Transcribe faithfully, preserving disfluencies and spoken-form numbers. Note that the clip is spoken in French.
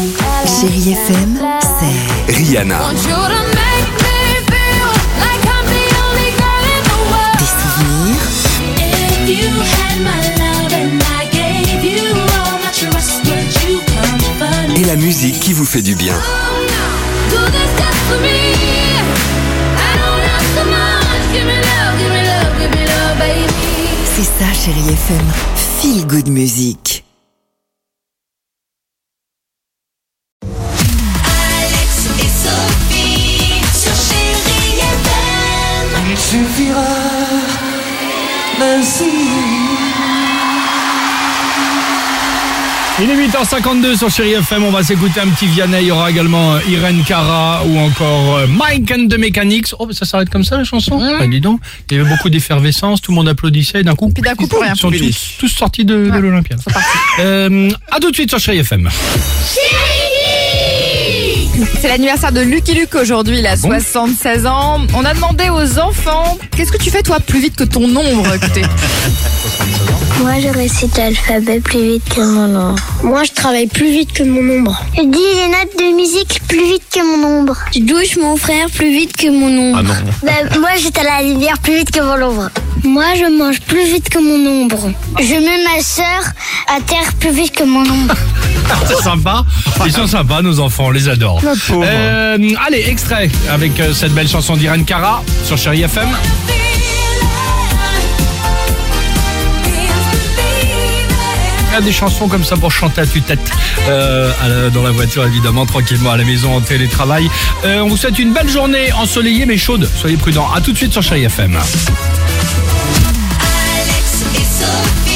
Chérie F M, c'est Rihanna. des souvenirs, Et la musique qui vous fait du bien. c'est ça Chérie F M, Feel Good Music. Alex et Sophie sur Chérie F M. Il suffira d'un signe. Il est huit heures cinquante-deux sur Chérie F M, on va s'écouter un petit Vianney, il y aura également Irene Cara ou encore euh, Mike and the Mechanics. Oh, ça s'arrête comme ça la chanson mmh. Bah, dis donc, il y avait beaucoup d'effervescence, tout le monde applaudissait et d'un coup, puis d'un coup, pour rien. ils sont tous, tous sortis de, ouais. de l'Olympiade. Euh, à tout de suite sur Chérie F M. C'est l'anniversaire de Lucky Luke aujourd'hui, il a bon soixante-seize ans. On a demandé aux enfants, qu'est-ce que tu fais toi plus vite que ton ombre? Écoutez. Moi, je récite l'alphabet plus vite que mon ombre. Moi, je travaille plus vite que mon ombre. Je dis les notes de musique plus vite que mon ombre. Je douche mon frère plus vite que mon ombre. Ah non. Ben, moi, j'éteins la lumière plus vite que mon ombre. Moi, je mange plus vite que mon ombre. Je mets ma sœur à terre plus vite que mon ombre. C'est sympa, ils sont sympas nos enfants, on les adore. Euh, allez, extrait avec euh, cette belle chanson d'Irene Cara sur Chérie F M. Il y a des chansons comme ça pour chanter à tue-tête euh, à la, dans la voiture évidemment, tranquillement à la maison, en télétravail. Euh, on vous souhaite une belle journée ensoleillée mais chaude, soyez prudents. À tout de suite sur Chérie F M. Alex et Sophie.